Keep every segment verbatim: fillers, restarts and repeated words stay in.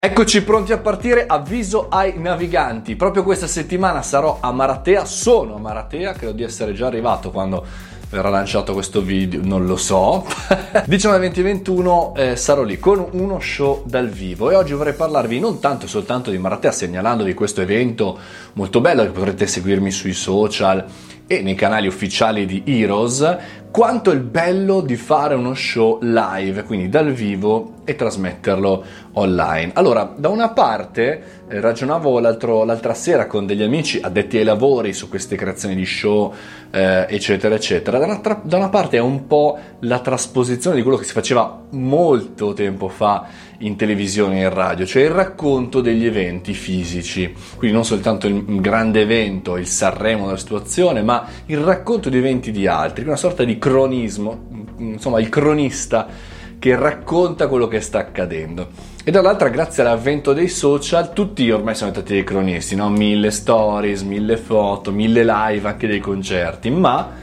Eccoci pronti a partire, avviso ai naviganti. Proprio questa settimana sarò a Maratea, sono a Maratea, credo di essere già arrivato quando verrà lanciato questo video, non lo so. diciannove, venti, ventuno eh, sarò lì con uno show dal vivo e oggi vorrei parlarvi non tanto e soltanto di Maratea, segnalandovi questo evento molto bello che potrete seguirmi sui social e nei canali ufficiali di Heroes, quanto il bello di fare uno show live, quindi dal vivo, e trasmetterlo online. Allora, da una parte eh, ragionavo l'altro, l'altra sera con degli amici addetti ai lavori su queste creazioni di show, eh, eccetera, eccetera. Da una, da una parte è un po' la trasposizione di quello che si faceva molto tempo fa in televisione e in radio, cioè il racconto degli eventi fisici, quindi non soltanto il grande evento, il Sanremo della situazione, ma il racconto di eventi di altri, una sorta di cronismo, insomma il cronista che racconta quello che sta accadendo. E dall'altra, grazie all'avvento dei social, tutti ormai sono diventati dei cronisti, no? Mille stories, mille foto, mille live, anche dei concerti, ma,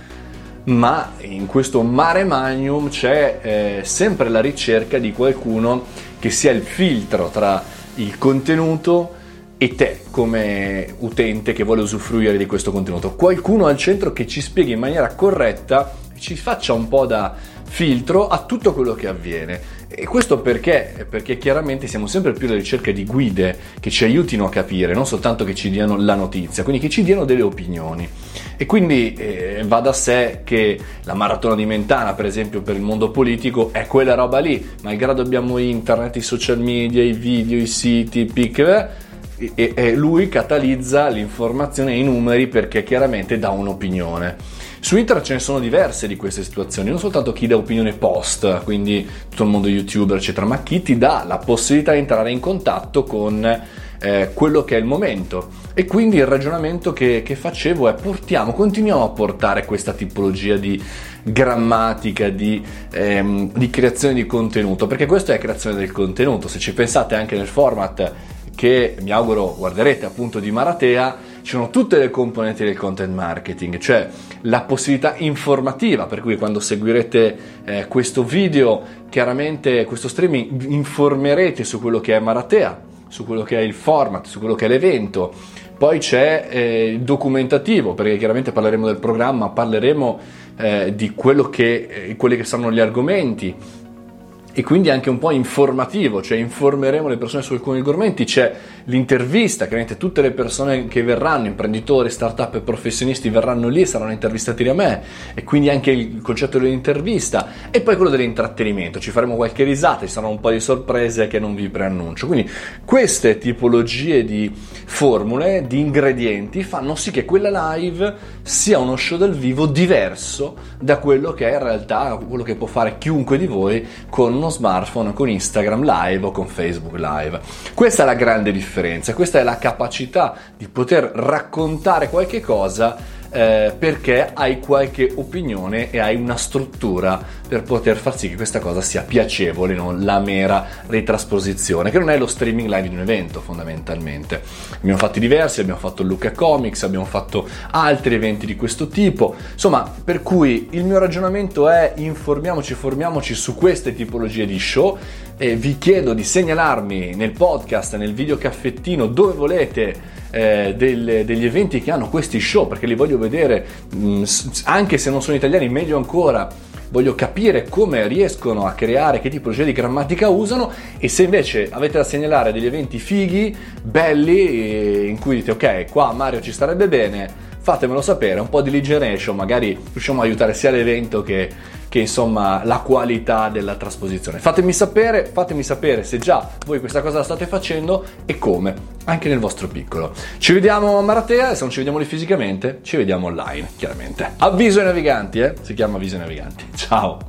ma in questo mare magnum c'è eh, sempre la ricerca di qualcuno che sia il filtro tra il contenuto e te come utente che vuole usufruire di questo contenuto. Qualcuno al centro che ci spieghi in maniera corretta, ci faccia un po' da filtro a tutto quello che avviene. E questo perché? Perché chiaramente siamo sempre più alla ricerca di guide che ci aiutino a capire, non soltanto che ci diano la notizia, quindi che ci diano delle opinioni. E quindi eh, va da sé che la maratona di Mentana, per esempio, per il mondo politico è quella roba lì, malgrado abbiamo internet, i social media, i video, i siti, i pic, e, e lui catalizza l'informazione e i numeri perché chiaramente dà un'opinione. Su internet ce ne sono diverse di queste situazioni, non soltanto chi dà opinione post, quindi tutto il mondo youtuber eccetera, ma chi ti dà la possibilità di entrare in contatto con eh, quello che è il momento. E quindi il ragionamento che, che facevo è portiamo, continuiamo a portare questa tipologia di grammatica, di, ehm, di creazione di contenuto, perché questa è creazione del contenuto. Se ci pensate anche nel format che mi auguro guarderete appunto di Maratea, ci sono tutte le componenti del content marketing, cioè la possibilità informativa, per cui quando seguirete eh, questo video, chiaramente questo streaming, informerete su quello che è Maratea, su quello che è il format, su quello che è l'evento. Poi c'è eh, il documentativo, perché chiaramente parleremo del programma, parleremo eh, di quello che, eh, quelli che saranno gli argomenti, e quindi anche un po' informativo, cioè informeremo le persone su alcuni argomenti. C'è l'intervista, chiaramente tutte le persone che verranno, imprenditori, startup e professionisti, verranno lì e saranno intervistati da me, e quindi anche il concetto dell'intervista, e poi quello dell'intrattenimento, ci faremo qualche risata, ci saranno un po' di sorprese che non vi preannuncio. Quindi queste tipologie di formule, di ingredienti fanno sì che quella live sia uno show dal vivo diverso da quello che è in realtà quello che può fare chiunque di voi con uno smartphone, con Instagram Live o con Facebook Live. Questa è la grande differenza, questa è la capacità di poter raccontare qualche cosa eh, perché hai qualche opinione e hai una struttura per poter far sì che questa cosa sia piacevole, non la mera ritrasposizione, che non è lo streaming live di un evento fondamentalmente. Abbiamo fatti diversi, abbiamo fatto il Luca Comics, abbiamo fatto altri eventi di questo tipo, insomma, per cui il mio ragionamento è informiamoci, formiamoci su queste tipologie di show. E vi chiedo di segnalarmi nel podcast, nel video caffettino, dove volete eh, del, degli eventi che hanno questi show, perché li voglio vedere, mh, anche se non sono italiani, meglio ancora, voglio capire come riescono a creare, che tipologia di grammatica usano. E se invece avete da segnalare degli eventi fighi, belli, in cui dite ok, qua Mario ci starebbe bene, fatemelo sapere, un po' di lead generation, magari riusciamo a aiutare sia l'evento che, che insomma la qualità della trasposizione. Fatemi sapere, fatemi sapere se già voi questa cosa la state facendo e come, anche nel vostro piccolo. Ci vediamo a Maratea, e se non ci vediamo lì fisicamente, ci vediamo online, chiaramente. Avviso ai naviganti, eh? Si chiama Avviso ai naviganti. Ciao!